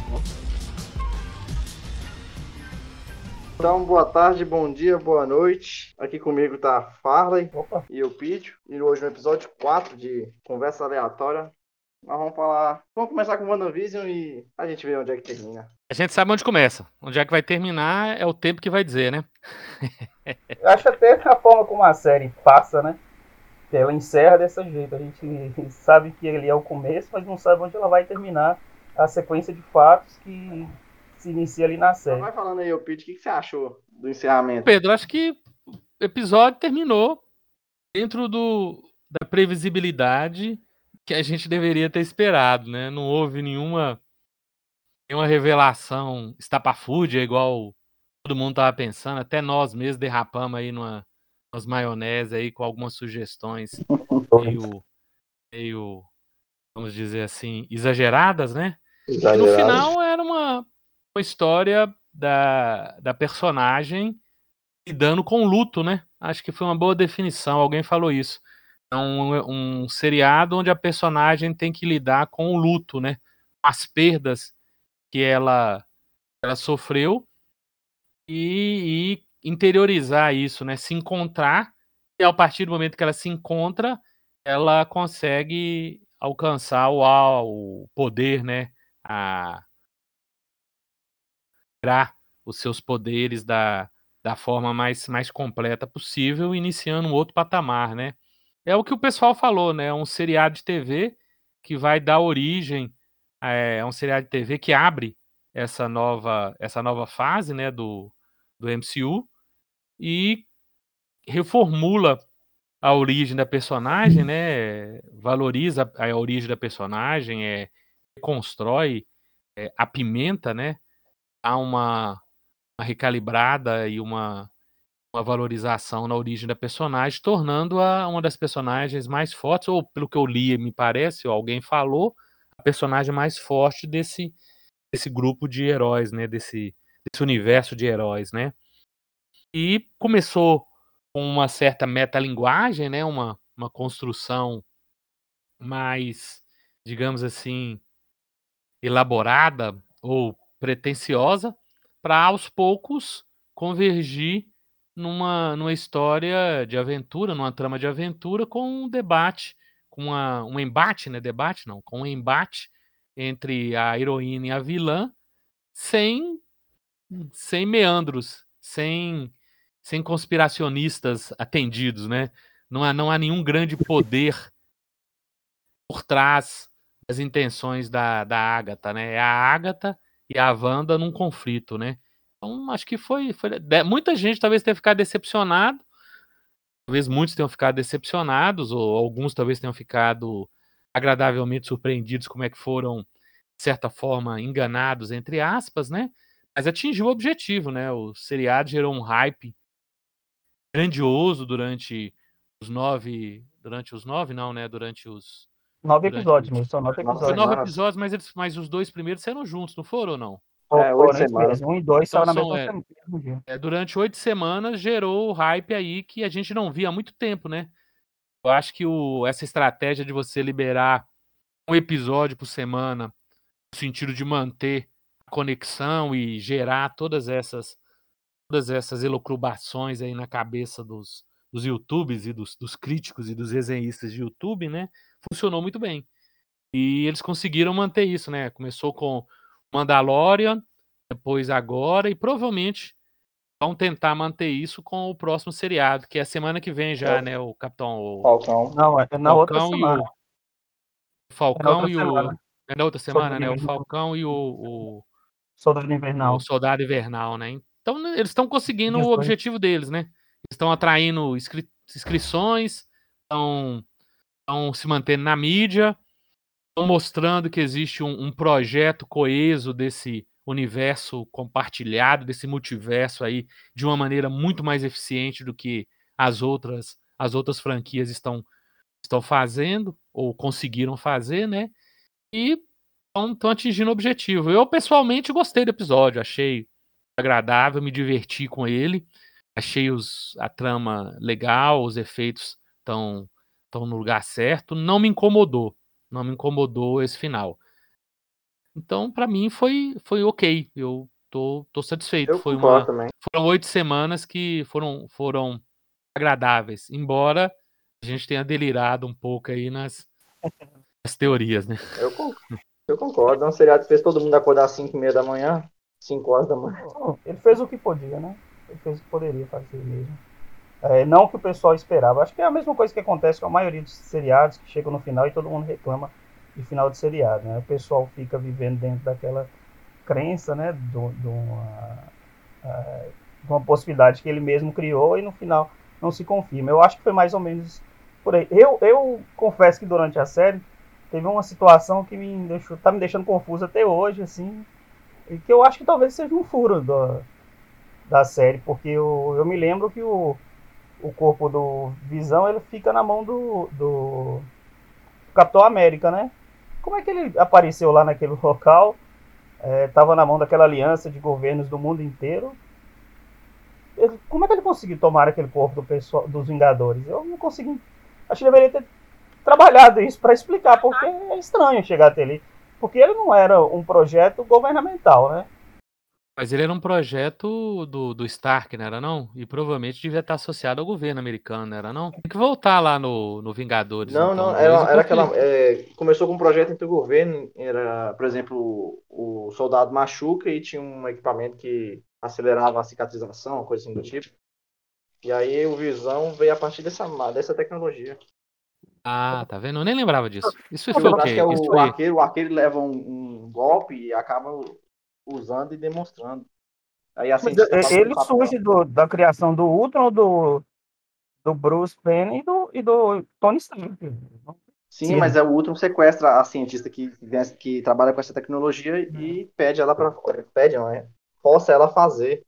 Então, boa tarde, bom dia, boa noite. Aqui comigo tá Farley Opa, e o Pídio. E hoje no episódio 4 de Conversa Aleatória, nós vamos começar com WandaVision e a gente vê onde é que termina. A gente sabe onde começa. Onde é que vai terminar é o tempo que vai dizer, né? eu acho até a forma como a série passa, né? Que ela encerra desse jeito. A gente sabe que ele é o começo, mas não sabe onde ela vai terminar a sequência de fatos que se inicia ali na Então série. vai falando aí, ô Pídio, o que você achou do encerramento? Pedro, acho que o episódio terminou dentro da previsibilidade que a gente deveria ter esperado, né? Não houve nenhuma revelação estapafúrdia, igual todo mundo tava pensando. Até nós mesmos derrapamos aí umas maionese aí com algumas sugestões meio, meio, vamos dizer assim, exageradas, né? E no Exagerado. final era uma história da personagem lidando com o luto, né? Acho que foi uma boa definição, alguém falou isso. É um seriado onde a personagem tem que lidar com o luto, né? As perdas que ela sofreu e interiorizar isso, né? Se encontrar, e a partir do momento que ela se encontra, ela consegue alcançar o poder, né? A integrar os seus poderes da forma mais completa possível, iniciando um outro patamar, né? É o que o pessoal falou, né? É um seriado de TV que vai dar origem, é um seriado de TV que abre essa nova fase, né, do MCU e reformula a origem da personagem, né? Valoriza a origem da personagem, reconstrói, apimenta, né? Há uma recalibrada e uma valorização na origem da personagem, tornando-a uma das personagens mais fortes, ou pelo que eu li, me parece, ou alguém falou, a personagem mais forte desse grupo de heróis, né? Desse universo de heróis, né? E começou com uma certa metalinguagem, né? Uma construção mais, digamos assim, elaborada ou pretensiosa, para aos poucos convergir numa história de aventura, numa trama de aventura, com um debate, um embate, né? Debate não, com um embate entre a heroína e a vilã, sem, sem meandros, sem conspiracionistas atendidos, né? Não há nenhum grande poder por trás das intenções da Agatha, né? É a Agatha e a Wanda num conflito, né? Então, acho que muita gente talvez tenha ficado decepcionado, talvez muitos tenham ficado decepcionados, ou alguns talvez tenham ficado agradavelmente surpreendidos como é que foram, de certa forma, enganados, entre aspas, né? Mas atingiu o objetivo, né? O seriado gerou um hype grandioso durante os 9 não, né? Nove Durante episódios, os mesmo, são 9 Foi 9 semanas. episódios, mas os 2 primeiros saíram juntos, não foram ou não? É, 8 Foram isso semanas. mesmo. 1 e 2 Então saiu na são, mesma semana, mesmo dia. durante 8 semanas gerou o hype aí que a gente não via há muito tempo, né? Eu acho que essa estratégia de você liberar um episódio por semana, no sentido de manter a conexão e gerar todas essas elucubrações aí na cabeça dos YouTubes e dos críticos e dos resenhistas de YouTube, né? Funcionou muito bem. E eles conseguiram manter isso, né? Começou com Mandalorian, depois agora, e provavelmente vão tentar manter isso com o próximo seriado, que é a semana que vem É já, o né? O Capitão, o Falcão. Não, é na outra Falcão e semana. o É na Falcão outra e o. semana. É na outra semana, Soldado né? O Invernal. Falcão e Soldado o Invernal. Soldado Invernal, né? Então, né, eles estão conseguindo o 18. objetivo deles, né? Estão atraindo inscrições, estão se mantendo na mídia, estão mostrando que existe um projeto coeso desse universo compartilhado, desse multiverso aí, de uma maneira muito mais eficiente do que as outras franquias estão fazendo, ou conseguiram fazer, né? E estão atingindo o objetivo. Eu, pessoalmente, gostei do episódio, achei agradável, me diverti com ele, achei a trama legal, os efeitos estão no lugar certo, não me incomodou esse final. Então, para mim, foi ok. Eu tô satisfeito. Eu concordo também. Foram 8 semanas que foram agradáveis, embora a gente tenha delirado um pouco aí nas teorias, né? Eu concordo. É um seriado que fez todo mundo acordar às 5h30 da manhã, 5 horas da manhã. Ele fez o que podia, né? Ele fez o que poderia fazer mesmo. Não o que o pessoal esperava. Acho que é a mesma coisa que acontece com a maioria dos seriados, que chegam no final e todo mundo reclama de final de seriado, né? O pessoal fica vivendo dentro daquela crença, né? De uma possibilidade que ele mesmo criou e no final não se confirma. Eu acho que foi mais ou menos por aí. Eu confesso que durante a série teve uma situação que tá me deixando confuso até hoje, assim, e que eu acho que talvez seja um furo da série, porque eu me lembro que o corpo do Visão ele fica na mão do Capitão América, né? Como é que ele apareceu lá naquele local? Tava na mão daquela aliança de governos do mundo inteiro. Como é que ele conseguiu tomar aquele corpo do pessoal, dos Vingadores? Eu não consegui. Acho que deveria ter trabalhado isso para explicar, porque é estranho chegar até ali. Porque ele não era um projeto governamental, né? Mas ele era um projeto do Stark, não era não? E provavelmente devia estar associado ao governo americano, não era não? Tem que voltar lá no Vingadores, Não, então, não, 2 era aquela. Começou com um projeto entre o governo, era, por exemplo, o soldado machuca e tinha um equipamento que acelerava a cicatrização, uma coisa assim do tipo. E aí o Visão veio a partir dessa tecnologia. Ah, tá vendo? Eu nem lembrava disso. Isso Que foi o acho que é quê? Isso o foi... arqueiro, leva um golpe e acaba usando e demonstrando. Aí a Mas cientista fala ele no papel. surge da criação do Ultron, do Bruce Banner e do Tony Stark. Sim, mas o Ultron sequestra a cientista que trabalha com essa tecnologia e pede ela para. Pede, não é? Força ela a fazer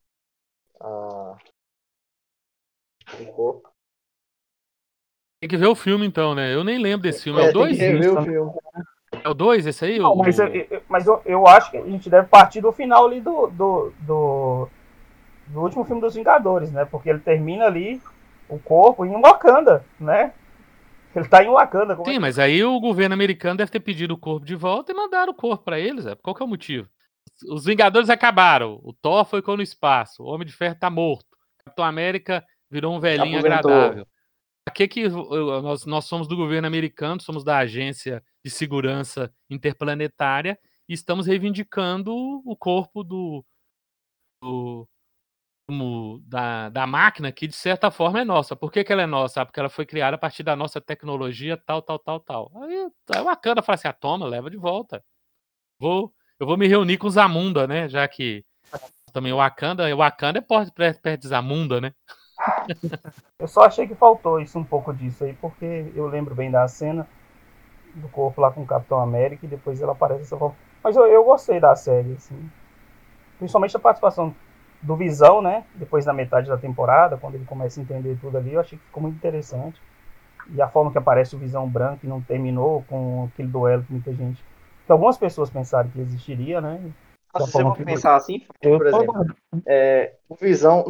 o corpo. Tem que ver o filme então, né? Eu nem lembro desse filme. É o Tem que 2? rever o filme. É o 2 esse aí? Não, mas eu acho que a gente deve partir do final ali do último filme dos Vingadores, né? Porque ele termina ali o corpo em Wakanda, né? Ele tá em Wakanda. Sim, mas aí o governo americano deve ter pedido o corpo de volta e mandaram o corpo pra eles. Qual que é o motivo? Os Vingadores acabaram. O Thor foi no espaço. O Homem de Ferro tá morto. Capitão América virou um velhinho Aposentou. agradável. Pra que nós somos do governo americano, somos da Agência de Segurança Interplanetária e estamos reivindicando o corpo da máquina que, de certa forma, é nossa. Por que ela é nossa? Porque ela foi criada a partir da nossa tecnologia tal, tal, tal, tal. Aí a Wakanda fala assim, toma, leva de volta. Eu vou me reunir com Zamunda, né? Já que também Wakanda é perto de Zamunda, né? Eu só achei que faltou isso um pouco disso aí, porque eu lembro bem da cena do corpo lá com o Capitão América e depois ela aparece dessa forma. Mas eu gostei da série, assim. Principalmente a participação do Visão, né? Depois da metade da temporada, quando ele começa a entender tudo ali, eu achei que ficou muito interessante. E a forma que aparece o Visão branco e não terminou com aquele duelo que muita gente. Que algumas pessoas pensaram que existiria, né? Se você for pensar assim, por exemplo, o Visão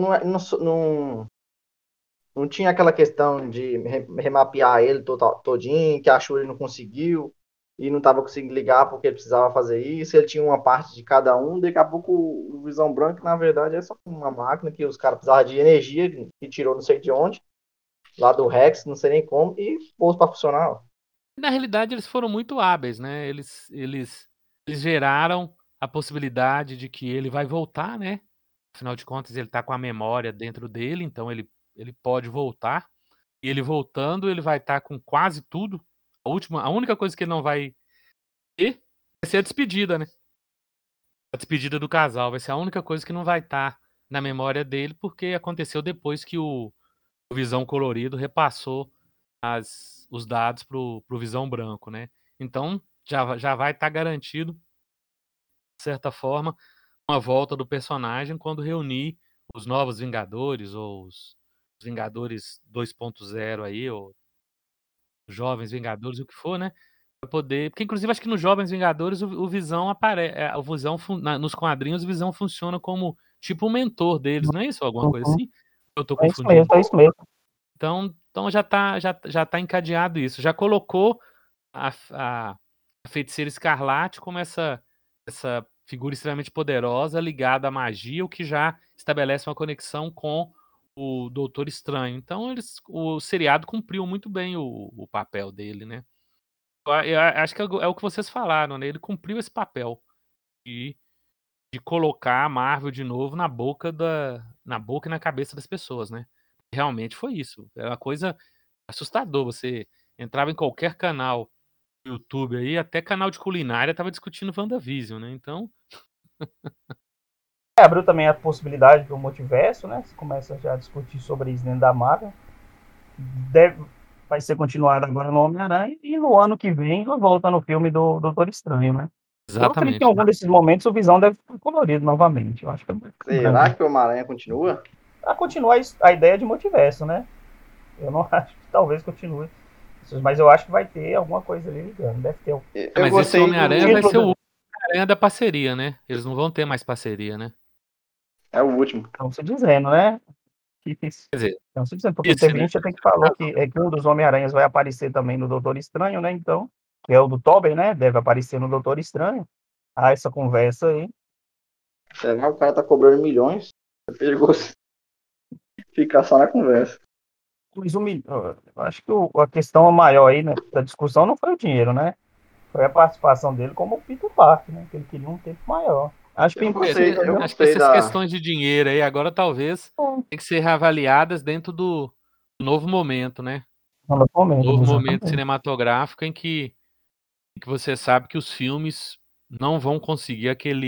não tinha aquela questão de remapear ele todinho, que a Shuri não conseguiu e não estava conseguindo ligar porque ele precisava fazer isso, ele tinha uma parte de cada um, daqui a pouco o Visão Branco, na verdade, é só uma máquina que os caras precisavam de energia, que tirou não sei de onde, lá do Rex, não sei nem como, e pôs para funcionar. Na realidade, eles foram muito hábeis, né? Eles geraram a possibilidade de que ele vai voltar, né? Afinal de contas, ele tá com a memória dentro dele, então ele pode voltar. E ele voltando, ele vai estar com quase tudo. A única coisa que ele não vai ter vai ser a despedida, né? A despedida do casal vai ser a única coisa que não vai estar na memória dele, porque aconteceu depois que o Visão Colorido repassou os dados pro Visão Branco, né? Então já vai estar garantido, de certa forma, uma volta do personagem quando reunir os novos Vingadores ou os Vingadores 2.0 aí, ou Jovens Vingadores, o que for, né? Pra poder. Porque, inclusive, acho que nos Jovens Vingadores o Visão aparece. O Visão, nos quadrinhos, o Visão funciona como tipo um mentor deles, não é isso? Alguma coisa assim? Eu tô confundindo. É isso mesmo. Então já tá encadeado isso. Já colocou a Feiticeira Escarlate como essa essa figura extremamente poderosa ligada à magia, o que já estabelece uma conexão com o Doutor Estranho. Então o seriado cumpriu muito bem o papel dele, né. Eu acho que é o que vocês falaram, né, ele cumpriu esse papel de colocar a Marvel de novo na boca e na cabeça das pessoas, né. Realmente foi isso, é uma coisa assustador, você entrava em qualquer canal do YouTube aí, até canal de culinária estava discutindo WandaVision, né, então Abriu também a possibilidade do multiverso, né? Você começa já a discutir sobre isso dentro da Marvel. Vai ser continuado agora no Homem-Aranha e no ano que vem volta no filme do Doutor Estranho, né? Eu acredito que em exatamente, né. algum desses momentos o Visão deve ficar colorido novamente. Eu acho que Será que o Homem-Aranha continua? continua a ideia de multiverso, né? Eu não acho que talvez continue. Mas eu acho que vai ter alguma coisa ali ligando. Deve ter. Eu Mas esse gostei Homem-Aranha do. vai ser o último Homem-Aranha da parceria, né, eles não vão ter mais parceria, né. É o último. Estão se dizendo, né? Quer dizer, Estão se dizendo, porque esse, teve né. gente até que falou que um dos Homem-Aranhas vai aparecer também no Doutor Estranho, né? Então, que é o do Tobey, né? Deve aparecer no Doutor Estranho. Ah, essa conversa aí. Será que o cara tá cobrando milhões? É perigoso ficar só na conversa. Mas eu acho que a questão maior aí, né, da discussão não foi o dinheiro, né? Foi a participação dele como o Peter Parker, né? Que ele queria um tempo maior. Acho que Eu gostei, eu acho que gostei essas da. questões de dinheiro aí agora talvez tem que ser reavaliadas dentro do novo momento, né. no momento, Novo momento exatamente. cinematográfico em que você sabe que os filmes não vão conseguir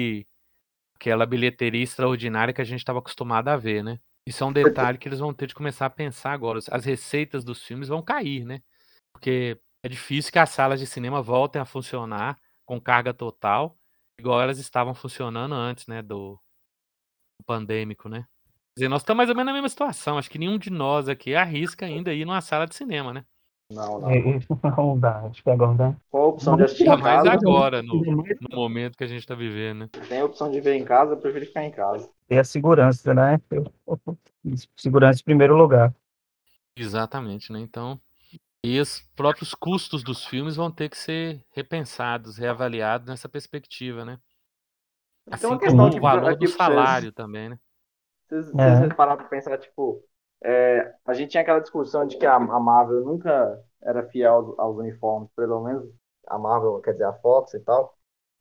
aquela bilheteria extraordinária que a gente estava acostumado a ver, né. Isso é um detalhe que eles vão ter de começar a pensar agora, as receitas dos filmes vão cair, né, porque é difícil que as salas de cinema voltem a funcionar com carga total, igual elas estavam funcionando antes, né, do pandêmico, né. Quer dizer, nós estamos mais ou menos na mesma situação, acho que nenhum de nós aqui arrisca ainda ir numa sala de cinema, né. Não, não. Não dá, acho que agora dá. Com a opção de assistir Ainda em mais casa, agora, no momento que a gente tá vivendo, né. tem a opção de ver em casa, eu prefiro ficar em casa. Ter a segurança, né? Segurança em primeiro lugar. Exatamente, né, então e os próprios custos dos filmes vão ter que ser repensados, reavaliados nessa perspectiva, né. Tem uma Assim questão como o aqui, valor do aqui pra vocês. salário também, né. Vocês pararam pra pensar, tipo, a gente tinha aquela discussão de que a Marvel nunca era fiel aos uniformes, pelo menos a Marvel, quer dizer, a Fox e tal.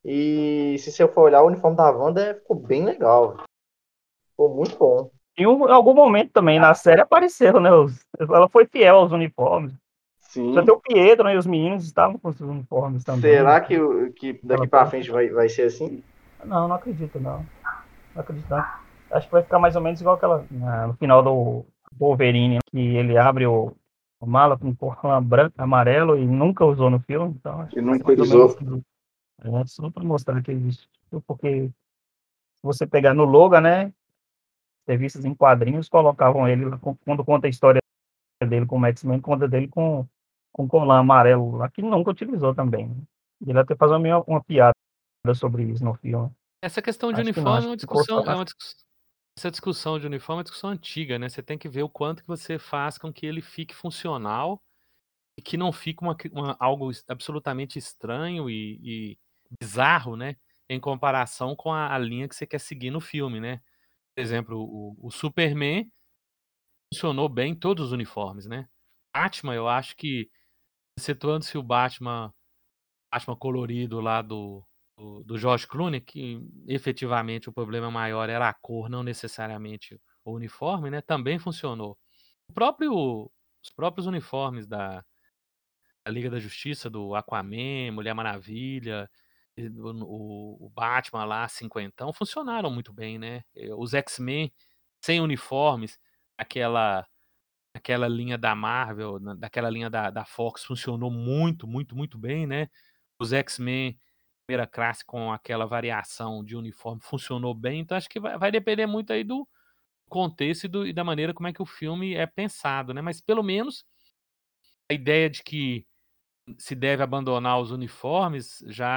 E se você for olhar, o uniforme da Wanda ficou bem legal. Ficou muito bom. Em algum momento também na série apareceu, né? Ela foi fiel aos uniformes. Já tem Sim. o Pietro, né? E os meninos estavam com os uniformes também. Será que daqui pra frente vai ser assim? Não acredito, não. Não acredito, não. Acho que vai ficar mais ou menos igual aquela. No final do Wolverine, que ele abre o mala com cor branco, amarelo e nunca usou no filme. Então, acho E que vai ser nunca mais ou menos usou. assim. Só para mostrar que existe. Porque se você pegar no Logan, né? Revistas em quadrinhos colocavam ele lá, quando conta a história dele com o X-Men, conta dele com colã amarelo lá, que nunca utilizou também. Né? E ele até faz uma piada sobre isso no filme. Essa questão de Acho que não, uniforme acho que ficou só é uma discussão essa discussão de uniforme é uma discussão antiga, né, você tem que ver o quanto que você faz com que ele fique funcional e que não fique algo absolutamente estranho e bizarro, né, em comparação com a linha que você quer seguir no filme, né. Por exemplo, o Superman funcionou bem em todos os uniformes, né. Batman, eu acho que, excetuando-se o Batman colorido lá do George Clooney, que efetivamente o problema maior era a cor, não necessariamente o uniforme, né, também funcionou. O próprio os próprios uniformes da Liga da Justiça, do Aquaman, Mulher Maravilha, e o Batman lá cinquentão, funcionaram muito bem, né. Os X-Men sem uniformes, aquela aquela linha da Marvel, daquela linha da Fox funcionou muito, muito, muito bem, né. Os X-Men primeira classe com aquela variação de uniforme funcionou bem, então acho que vai depender muito aí do contexto e da maneira como é que o filme é pensado, né, mas pelo menos a ideia de que se deve abandonar os uniformes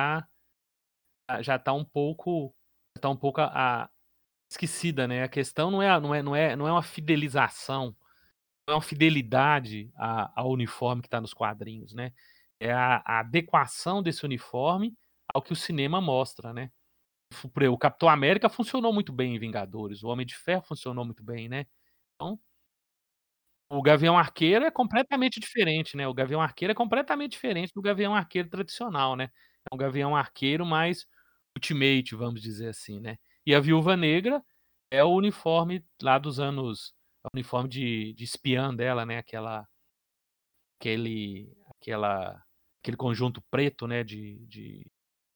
já tá um pouco esquecida, né, a questão não é uma fidelização, não é uma fidelidade ao uniforme que está nos quadrinhos, né, é a adequação desse uniforme ao que o cinema mostra, né. o Capitão América funcionou muito bem em Vingadores, o Homem de Ferro funcionou muito bem, né. Então, o Gavião Arqueiro é completamente diferente, né, o Gavião Arqueiro é completamente diferente do Gavião Arqueiro tradicional, né. É um Gavião Arqueiro mais Ultimate, vamos dizer assim, né. E a Viúva Negra é o uniforme lá dos anos, é o uniforme de espiã dela, né, aquele aquela aquele conjunto preto, né, de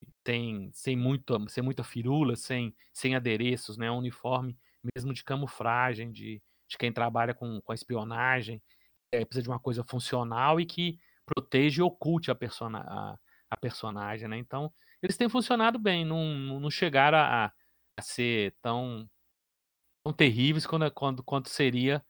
sem muita firula, sem adereços, né, um uniforme mesmo de camuflagem, de quem trabalha com a espionagem, precisa de uma coisa funcional e que proteja e oculte a personagem, né. Então, eles têm funcionado bem, não chegaram a ser tão terríveis quanto seria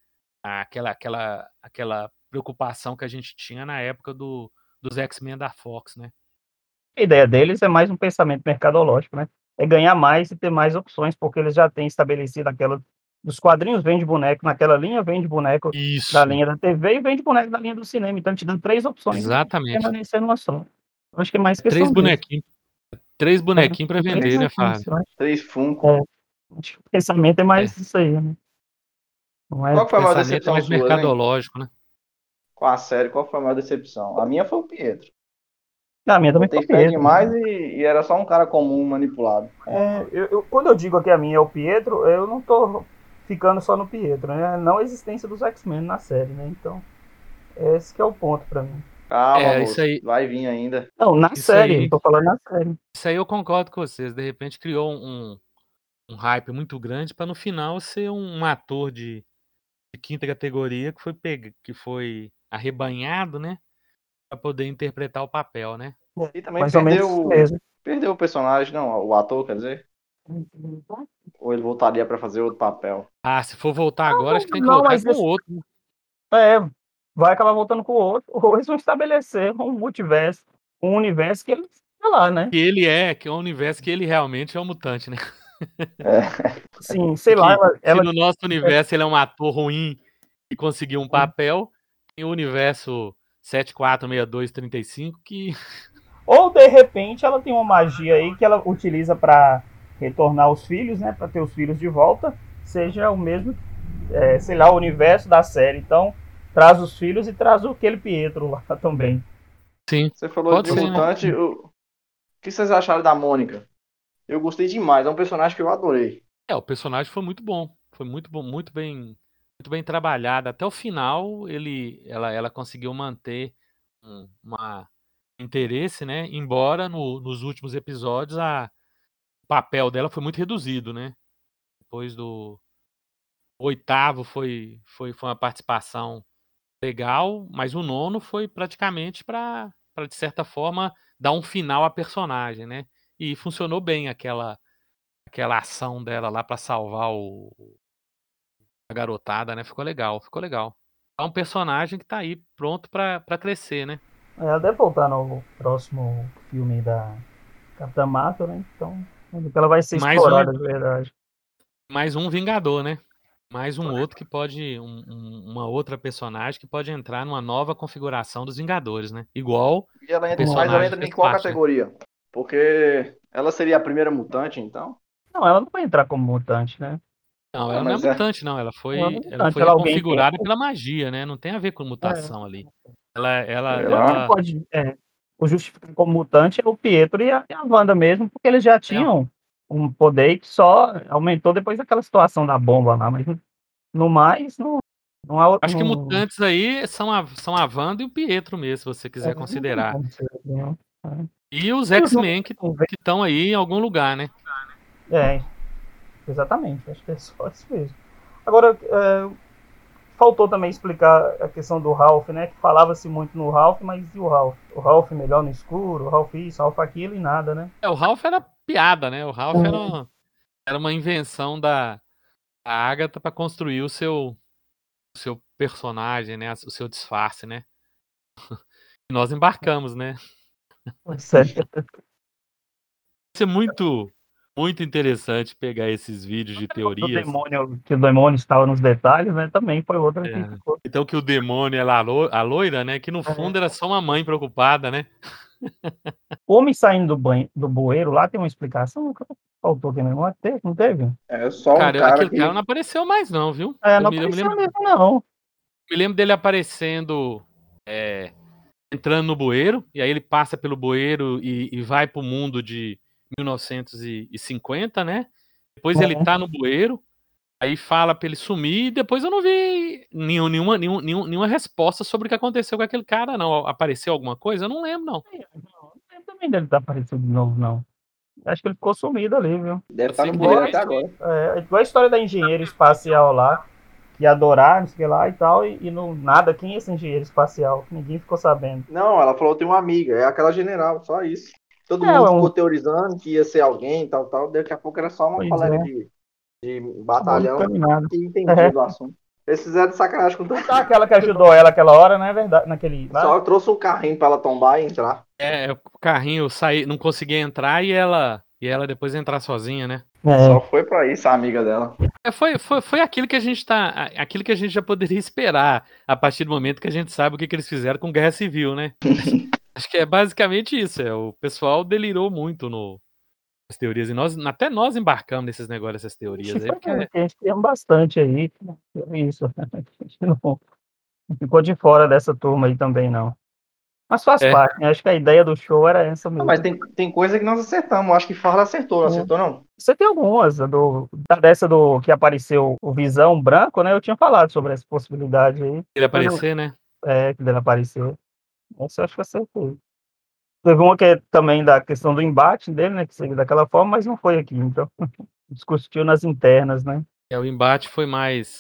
aquela preocupação que a gente tinha na época dos X-Men da Fox, né. A ideia deles é mais um pensamento mercadológico, né? É ganhar mais e ter mais opções, porque eles já têm estabelecido aquela dos quadrinhos vende boneco naquela linha, vende boneco da Isso, linha da TV e vende boneco da linha do cinema. Então te dando 3 opções e exatamente. permanecer numa só. Eu acho que é mais 3 questão disso. bonequinhos 3 bonequinhos pra 3 vender, né, opções, Fábio? eu acho. 3 Funko. É, acho que o pensamento é É, mais isso aí, né? Não é Qual que foi a maior pensamento é decepção mais sua, hein? mercadológico, né. Com a série, qual foi a maior decepção? A minha foi o Pietro. a minha também foi Botei fé Pietro. demais e era só um cara comum manipulado. Quando eu digo que a minha é o Pietro, eu não tô ficando só no Pietro, né? Não a existência dos X-Men na série, né? Então, esse que é o ponto pra mim. Calma, Isso moço. aí Vai vir ainda. Não, na isso série, eu aí tô falando na série. isso aí eu concordo com vocês, de repente criou um hype muito grande pra no final ser um ator de 5ª categoria que foi arrebanhado, né, pra poder interpretar o papel, né. E também Mais ou menos isso mesmo. perdeu o personagem, não, o ator, quer dizer. Ou ele voltaria pra fazer outro papel. Ah, se for voltar agora, acho que tem que Não, voltar mas com o outro, né. vai acabar voltando com o outro, ou eles vão estabelecer um multiverso, um universo que ele tá lá, né? Que é um universo que ele realmente é um mutante, né. É. Assim, sei lá, Se ela no nosso universo ele é um ator ruim e conseguiu um papel, tem o universo 746235 que ou de repente ela tem uma magia aí que ela utiliza pra retornar os filhos, né? Pra ter os filhos de volta, seja o mesmo, sei lá, o universo da série. Então, traz os filhos e traz aquele Pietro lá também. sim, Você falou pode de ser, né. mutante. O que vocês acharam da Mônica? Eu gostei demais. É um personagem que eu adorei. O personagem foi muito bom, muito bem trabalhado. Até o final ela conseguiu manter uma interesse, né, embora nos últimos episódios o papel dela foi muito reduzido, né. Depois do 8º foi uma participação legal, mas o 9º foi praticamente para de certa forma dar um final à personagem, né. E funcionou bem aquela ação dela lá para salvar a garotada, né, ficou legal, ficou legal. É um personagem que tá aí pronto pra crescer, né. Ela deve voltar no próximo filme da Capitã Marvel, né? Então, ela vai ser Mais um explorada de verdade. mais um Vingador, né. Mais um outro que pode uma outra personagem que pode entrar numa nova configuração dos Vingadores, né. Igual E ela o entra, mas ela personagem entra em fez qual parte, né. categoria? Porque ela seria a primeira mutante, então. Não, ela não vai entrar como mutante, né? Não, Ah, ela não é mas é. mutante não, ela Ela não foi é ela mutante, foi ela é alguém que reconfigurada pela magia, né, não tem a ver com mutação ali. Será? quem pode o justificar como mutante é o Pietro e a Wanda mesmo, porque eles já É, tinham um poder que só aumentou depois daquela situação da bomba lá, mas no mais, não há acho que não, mutantes aí são a Wanda e o Pietro mesmo, se você quiser não tem considerar. como ser, né? E os E os X-Men que números estão aí em algum lugar, né. é, exatamente, acho que é só isso mesmo. Agora, faltou também explicar a questão do Ralph, né? Que falava-se muito no Ralph, mas e o Ralph? O Ralph melhor no escuro, o Ralph isso, o Ralph aquilo e nada, né? O Ralph era piada, né, o Ralph era uma invenção da Agatha pra construir o seu personagem, né, o seu disfarce, né. E nós embarcamos, né. Certo. Isso é muito interessante pegar esses vídeos de teorias. Que o demônio estava nos detalhes, né? Também foi outra que É. ficou. Então que o demônio ela a loira, né, que no fundo era só uma mãe preocupada, né. O homem saindo do bueiro lá tem uma explicação? Faltou quem mesmo? Não teve? É só um Cara, cara aquele que. cara não apareceu mais, não, viu? Não Eu apareceu mesmo, não. me lembro dele aparecendo, entrando no bueiro, e aí ele passa pelo bueiro e vai pro mundo de 1950, né? Depois ele tá no bueiro, aí fala pra ele sumir, e depois eu não vi nenhuma resposta sobre o que aconteceu com aquele cara, não. Apareceu alguma coisa? Eu não lembro, não. Não lembro também dele estar aparecendo de novo, não. Acho que ele ficou sumido ali, viu? Deve Pode estar ser no que de bueiro até repente. agora. Igual a história da engenheira espacial lá, que ia adorar, não sei o que lá e tal, e no nada, quem é esse engenheiro espacial? Ninguém ficou sabendo. Não, ela falou que tem uma amiga, é aquela general, só isso. Todo É, mundo é ficou um. teorizando que ia ser alguém, tal, tal. Daqui a pouco era só uma Pois colega é, de acabou não batalhão ficando nada. que entendia É. do assunto. Eles fizeram de sacanagem com todo Não tá aquela que ajudou ela aquela hora, não é verdade? Naquele lá? Só trouxe o carrinho pra ela tombar e entrar. O carrinho não conseguia entrar e ela depois entrar sozinha, né? Só foi pra isso a amiga dela. Foi aquilo que a gente aquilo que a gente já poderia esperar a partir do momento que a gente sabe o que eles fizeram com Guerra Civil, né? Acho que é basicamente isso. O pessoal delirou muito nas teorias e até nós embarcamos nesses negócios, essas teorias aí, porque A gente tem bastante aí. É isso. A gente não ficou de fora dessa turma aí também, não. Mas faz é, parte, né? Acho que a ideia do show era essa Ah, mas mesmo. tem coisa que nós acertamos. Acho que Farla acertou, não É. acertou, não? Você tem algumas, dessa do que apareceu o Visão branco, né? Eu tinha falado sobre essa possibilidade aí. ele Depois aparecer, né? que dele aparecer. Essa eu acho que acertei. Teve uma que é também da questão do embate dele, né? Que seria daquela forma, mas não foi aqui. Então, discutiu nas internas, né? O embate foi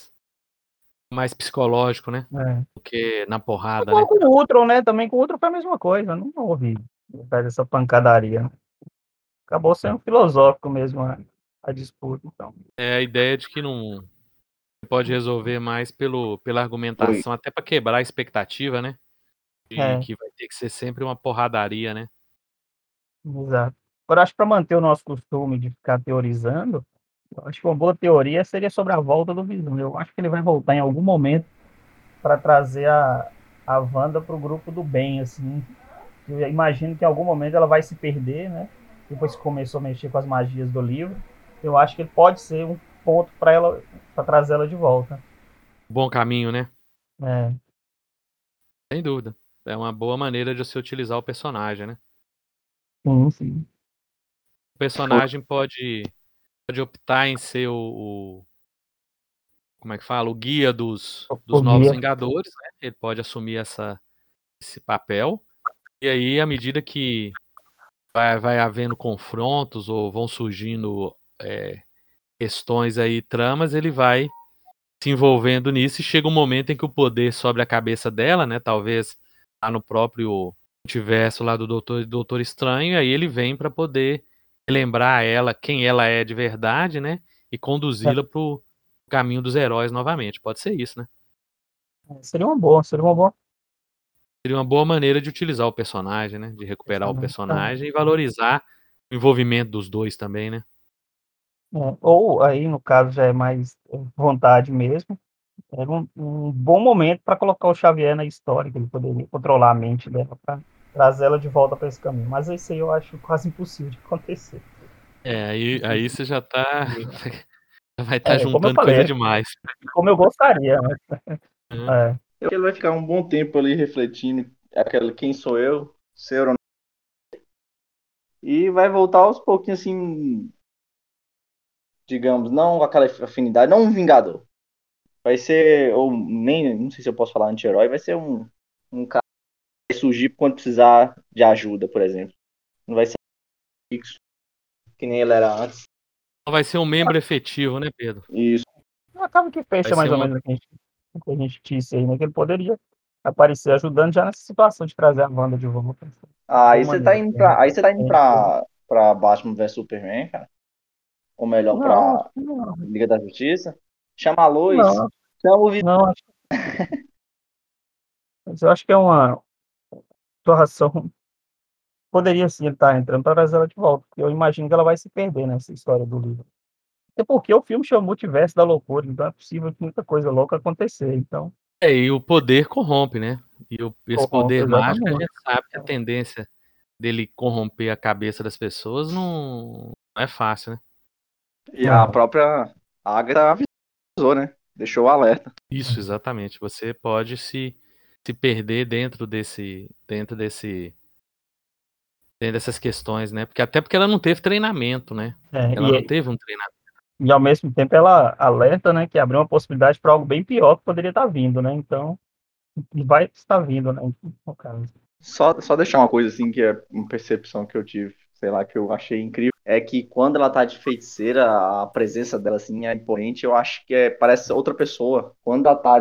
mais psicológico, né? É. Do que na porrada, Igual né? com o Ultron, né? Também com o Ultron foi a mesma coisa. Não houve essa pancadaria, né? Acabou sendo filosófico mesmo a disputa. Então. É a ideia de que não pode resolver mais pela Foi. argumentação, até para quebrar a expectativa, né? De É, que vai ter que ser sempre uma porradaria, né? exato. Agora, acho que para manter o nosso costume de ficar teorizando, eu acho que uma boa teoria seria sobre a volta do Visão. Eu acho que ele vai voltar em algum momento para trazer a Wanda para o grupo do bem, assim. Eu imagino que em algum momento ela vai se perder, né? Depois que começou a mexer com as magias do livro, eu acho que ele pode ser um ponto para ela, para trazer ela de volta. Bom caminho, né? É, Sem dúvida. É uma boa maneira de você utilizar o personagem, né? sim, sim. O personagem pode optar em ser como é que fala? O guia dos O novos guia. Vingadores, né? Ele pode assumir esse papel. E aí, à medida que vai havendo confrontos ou vão surgindo questões aí, tramas, ele vai se envolvendo nisso e chega um momento em que o poder sobe a cabeça dela, né? Talvez lá no próprio multiverso lá do Doutor Estranho, e aí ele vem para poder lembrar ela quem ela é de verdade, né? E conduzi-la pro caminho dos heróis novamente. Pode ser isso, né? Seria uma boa, seria uma boa. Seria uma boa maneira de utilizar o personagem, né? De recuperar o Então, personagem e valorizar o envolvimento dos dois também, né? ou aí, no caso, já é mais vontade mesmo. Era um bom momento para colocar o Xavier na história, que ele poderia controlar a mente dela para trazer ela de volta para esse caminho. Mas isso aí eu acho quase impossível de acontecer. Aí você já tá. Vai estar Como eu juntando coisa falei, demais. como eu gostaria, né? Né? É, Ele vai ficar um bom tempo ali refletindo aquela quem sou eu, ser ou não. E vai voltar aos pouquinhos, assim, digamos, não com aquela afinidade, não um vingador. Vai ser, ou nem, não sei se eu posso falar anti-herói, vai ser um cara que vai surgir quando precisar de ajuda, por exemplo. Não vai ser fixo, que nem ele era antes. Vai ser um membro efetivo, né, Pedro? Isso. acaba que Vai fecha mais ser ou uma. menos o que a gente disse aí, né? Que ele poderia aparecer ajudando já nessa situação de trazer a Wanda de volta. Aí Boa você tá maneira. indo pra, aí você tá indo pra Batman vs Superman, cara. Ou melhor, Não, pra acho que não. Liga da Justiça. Chama a Lois, Não, chama o Visão. não, mas eu acho que é uma situação. Poderia sim ele estar entrando para trazer ela de volta, porque eu imagino que ela vai se perder nessa história do livro. Até porque o filme chama Multiverso da Loucura, então é possível que muita coisa louca acontecer. Então, E o poder corrompe, né? Esse corrompe poder mágico, a exatamente. gente sabe que a tendência dele corromper a cabeça das pessoas não é fácil, né? E a própria Agatha avisou, né? Deixou o alerta. Isso, exatamente. Você pode se perder dentro dessas questões, né? Até porque ela não teve treinamento, né? Ela não teve um treinamento. E ao mesmo tempo ela alerta, né, que abriu uma possibilidade para algo bem pior que poderia estar vindo, né? Então, vai estar vindo, né? No caso. Só deixar uma coisa assim, que é uma percepção que eu tive, sei lá, que eu achei incrível, é que quando ela tá de feiticeira, a presença dela assim é imponente, eu acho que parece outra pessoa. Quando ela tá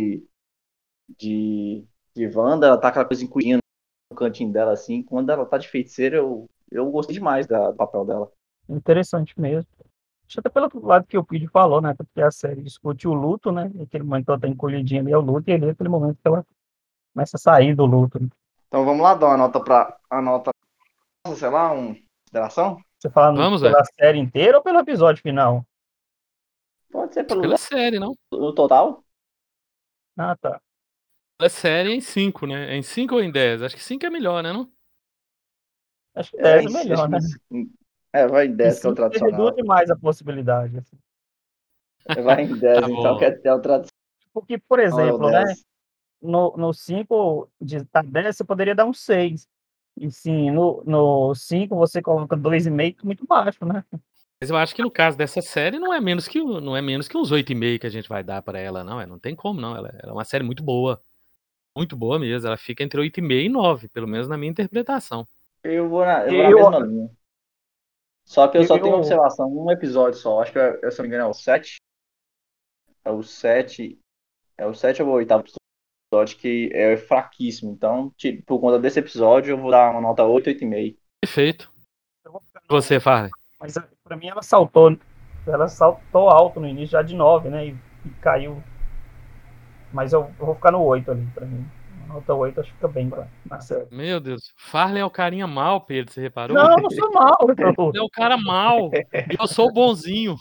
de Wanda, ela tá aquela coisa encolhendo no cantinho dela assim. Quando ela tá de feiticeira, eu gostei demais do papel dela. Interessante mesmo. Acho até pelo lado que o Pidi falou, né? Porque a série discute o luto, né? Aquele momento que ela tá encolhidinha ali é o luto, e ali é aquele momento que ela começa a sair do luto. Né? Então vamos lá, dar uma nota, sei lá, uma consideração? Você fala Vamos, pela série inteira ou pelo episódio final? Pode ser pela série, não? no total? Ah, tá. Pela série é em 5, né? É em 5 ou em 10? Acho que 5 é melhor, né, não? Acho que 10 é melhor, né? Vai em 10, que é o E tradicional. reduz mais a possibilidade. Assim. Vai em 10, Tá então, bom. que é o tradicional. Porque, por exemplo, né? 10. No 5 de 10, você poderia dar um 6. E sim, no 5 você coloca 2,5, muito baixo, né? Mas eu acho que no caso dessa série não é menos que uns 8,5 que a gente vai dar pra ela, não. Não tem como, não. Ela é uma série muito boa. Muito boa mesmo. Ela fica entre 8,5 e 9, pelo menos na minha interpretação. Eu vou na Eu, mesma linha. Só que eu só tenho uma eu, observação, um episódio só. Acho que, se não me engano, é o 7. É o 7. É o 7 ou o 8º episódio que é fraquíssimo. Então, por conta desse episódio, eu vou dar uma nota 8, 8,5. Perfeito. Você, Farley? Mas pra mim ela saltou alto no início, já de 9, né? E caiu. Mas eu vou ficar no 8 ali, pra mim. Nota 8 acho que fica bem na série. Meu Deus. Farley é o carinha mal, Pedro, você reparou? Não, não sou mal. Ele é o cara mal. E eu sou o bonzinho.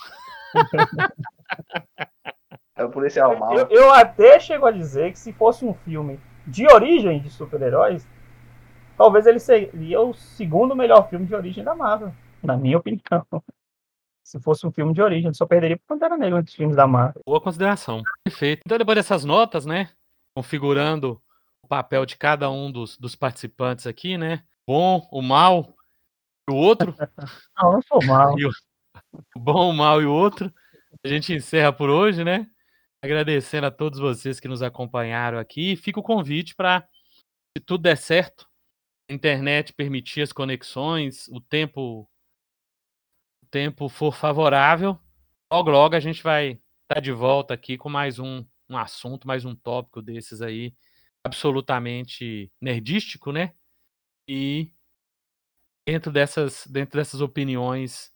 É o policial mal. Eu até chego a dizer que se fosse um filme de origem de super-heróis, talvez ele seria o segundo melhor filme de origem da Marvel, na minha opinião. Se fosse um filme de origem, ele só perderia por Pantera Negra entre os filmes da Marvel. Boa consideração. Perfeito. Então, depois dessas notas, né? Configurando o papel de cada um dos participantes aqui, né? Bom, o mal e o outro. Não sou mal. O bom, o mal e o outro. A gente encerra por hoje, né? Agradecendo a todos vocês que nos acompanharam aqui. Fica o convite para, se tudo der certo, a internet permitir as conexões, o tempo for favorável, logo a gente vai estar de volta aqui com mais um assunto, mais um tópico desses aí, absolutamente nerdístico, né? E dentro dessas opiniões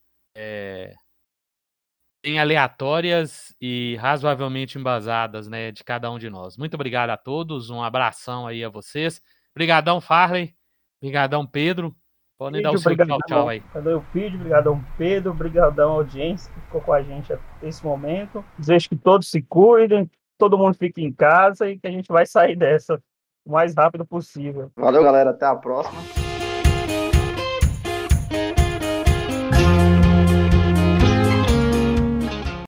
bem aleatórias e razoavelmente embasadas, né, de cada um de nós. Muito obrigado a todos, um abração aí a vocês. Obrigadão, Farley. Obrigadão, Pedro. Podem dar o seu tchau aí. Valeu, Pedro. Obrigadão, Pedro. Obrigadão, audiência que ficou com a gente até esse momento. Desejo que todos se cuidem, todo mundo fique em casa e que a gente vai sair dessa o mais rápido possível. Valeu, galera. Até a próxima.